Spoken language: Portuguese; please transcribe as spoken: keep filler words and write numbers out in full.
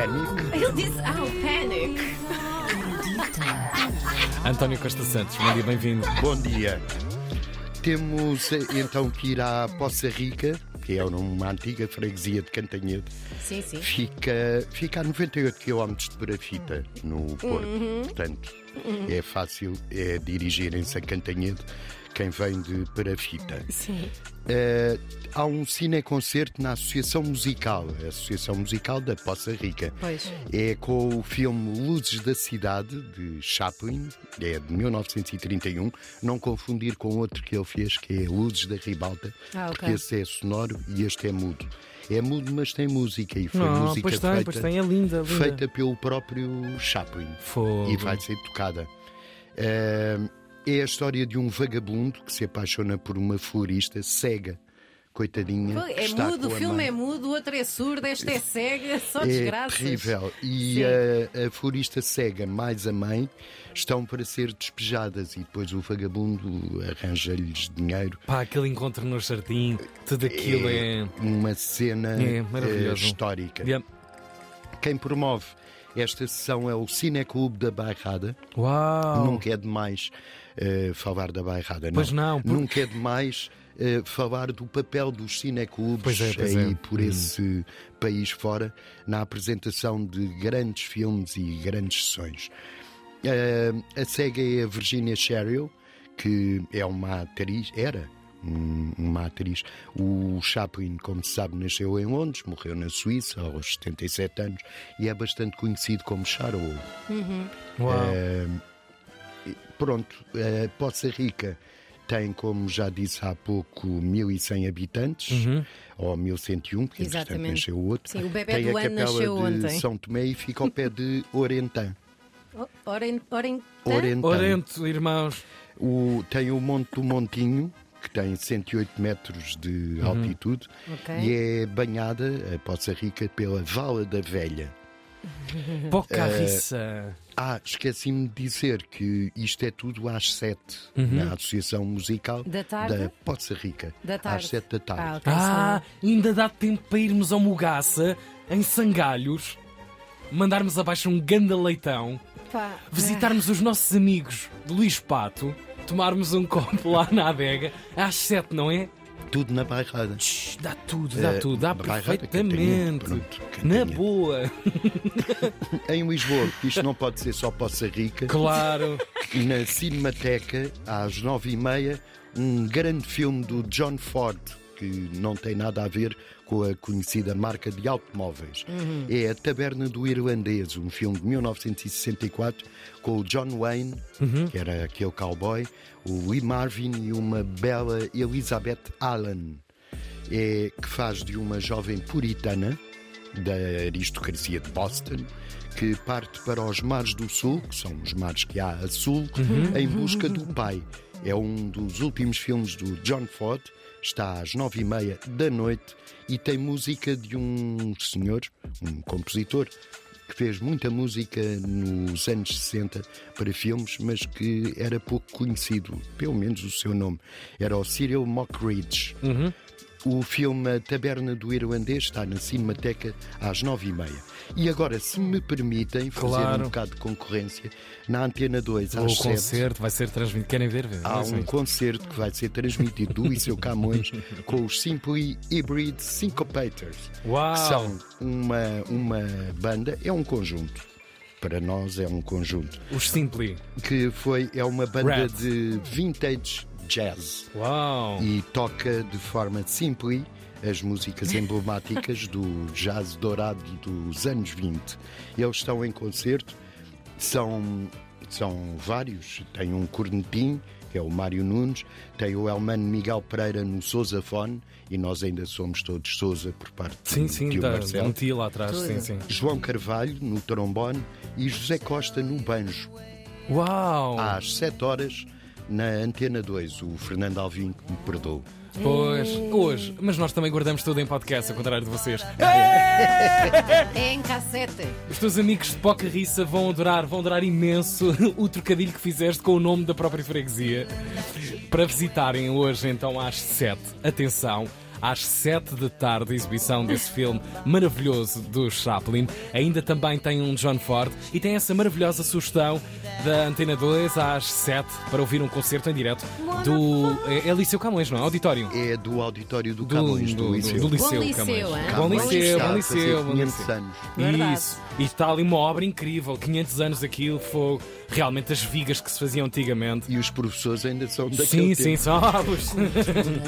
Panic. Ele disse, ah, o Panic. António Costa Santos, bom dia, bem-vindo. Bom dia. Temos então que ir à Poça Rica, que é uma antiga freguesia de Cantanhede. Sim, sim. Fica, fica a noventa e oito quilómetros de Perafita, no Porto. Uhum. Portanto, é fácil é dirigirem-se a Cantanhede quem vem de Perafita. Sim. Uh, há um cineconcerto na Associação Musical, a Associação Musical da Poça Rica. Pois. É com o filme Luzes da Cidade, de Chaplin, é de mil novecentos e trinta e um. Não confundir com outro que ele fez, que é Luzes da Ribalta, Ah, ok. porque esse é sonoro e este é mudo. É mudo, mas tem música, e foi Não, música pois tem, feita, pois tem, é linda, linda. feita pelo próprio Chaplin. Fogo. E vai ser tocada. Uh, é a história de um vagabundo que se apaixona por uma florista cega, coitadinha. Foi, que é está mudo, com o a filme mãe. é mudo, o outro é surdo, este é cega, só É desgraças. terrível. E Sim. a, a florista cega mais a mãe estão para ser despejadas, e depois o vagabundo arranja-lhes dinheiro. Pá, aquele encontro no jardim, tudo aquilo é. Uma cena É eh, maravilhoso. histórica. Yeah. Quem promove esta sessão é o Cineclube da Bairrada. Uau! Nunca é demais uh, falar da Bairrada, não. Pois não, por- Nunca é demais uh, falar do papel dos cineclubes Pois é, pois aí é. por Hum. esse país fora, na apresentação de grandes filmes e grandes sessões. Uh, a cega é a Virginia Sherrill, que é uma atriz, era um- uma atriz. O Chaplin, como se sabe, nasceu em Londres, morreu na Suíça aos setenta e sete anos e é bastante conhecido como Charlot. Uau! Pronto, a Poça Rica tem, como já disse há pouco, mil e cem habitantes, Uhum. ou mil cento e um, porque entretanto Exatamente. nasceu outro. Sim, o bebé tem do a ano capela nasceu de ontem. São Tomé e fica ao pé de Orentã. Oh, Oren, Oren, Orentã. Orento, irmãos. O, tem o Monte do Montinho, que tem cento e oito metros de Uhum. altitude, Ok. e é banhada, a Poça Rica, pela Vala da Velha. Pocarriça. Ah, esqueci-me de dizer que isto é tudo às sete, na Associação Musical Da tarde? da Poça Rica. Da tarde. Às sete da tarde. Ah, ok. Ah, ainda dá tempo para irmos ao Mugaça, em Sangalhos, mandarmos abaixo um ganda leitão, Pá. visitarmos os nossos amigos de Luís Pato, tomarmos um copo lá na adega, às sete, não é? Tudo na Bairrada. Shhh, dá tudo, dá Eh, tudo, dá Bairrada, perfeitamente. Cantanhede, pronto, Na Cantanhede. boa, Em Lisboa, isto não pode ser só Poça Rica, claro. na Cinemateca, às nove e meia, um grande filme do John Ford, que não tem nada a ver com a conhecida marca de automóveis. É A Taberna do Irlandês, um filme de mil novecentos e sessenta e quatro, com o John Wayne, que era aquele cowboy, o Lee Marvin e uma bela Elizabeth Allen, é, que faz de uma jovem puritana da aristocracia de Boston, que parte para os mares do sul, que são os mares que há a sul, em busca do pai. É um dos últimos filmes do John Ford, está às nove e meia da noite e tem música de um senhor, um compositor, que fez muita música nos anos sessenta para filmes, mas que era pouco conhecido, pelo menos o seu nome. Era o Cyril Mockridge. O filme A Taberna do Irlandês está na Cinemateca às nove e meia. E agora, se me permitem fazer Claro. um bocado de concorrência, na Antena dois O às sete concerto vai ser transmitido. Querem ver? ver? há Não um sei. concerto que vai ser transmitido do Liceu Camões com os Simply Hybrid Syncopators. Uau! Que são uma, uma banda, é um conjunto. Para nós é um conjunto. Os Simply. Que foi, é uma banda Red. de vintage jazz. Uau! E toca de forma simples as músicas emblemáticas do jazz dourado dos anos vinte. Eles estão em concerto, são, são vários. Tem um cornetim, que é o Mário Nunes, tem o Elmano Miguel Pereira no Sousafone, e nós ainda somos todos Sousa por parte Sim, do sim, tio dá, Marcelo. um tio lá atrás. Tudo. Sim, sim. João Carvalho no trombone e José Costa no banjo. Uau! Às sete horas, na Antena dois, o Fernando Alvim que me perdoou. Pois, hoje, mas nós também guardamos tudo em podcast, ao contrário de vocês. É em cassete. Os teus amigos de Pocarriça vão adorar, vão adorar imenso o trocadilho que fizeste com o nome da própria freguesia. Para visitarem hoje, então, às sete, atenção, às sete da tarde, a exibição desse filme maravilhoso do Chaplin. Ainda também tem um John Ford e tem essa maravilhosa sugestão da Antena dois às sete para ouvir um concerto em direto do é, é Liceu Camões, não é? Auditório. É do auditório do Do, Camões, do, do, Liceu. do Liceu Bom liceu, Camões. hein? Bom Camões liceu, está bom a liceu, fazer bom quinhentos liceu. anos. Verdade. Isso. E está ali uma obra incrível, quinhentos anos daquilo, foi realmente as vigas que se faziam antigamente. E os professores ainda são daquele Sim, tempo. sim, só.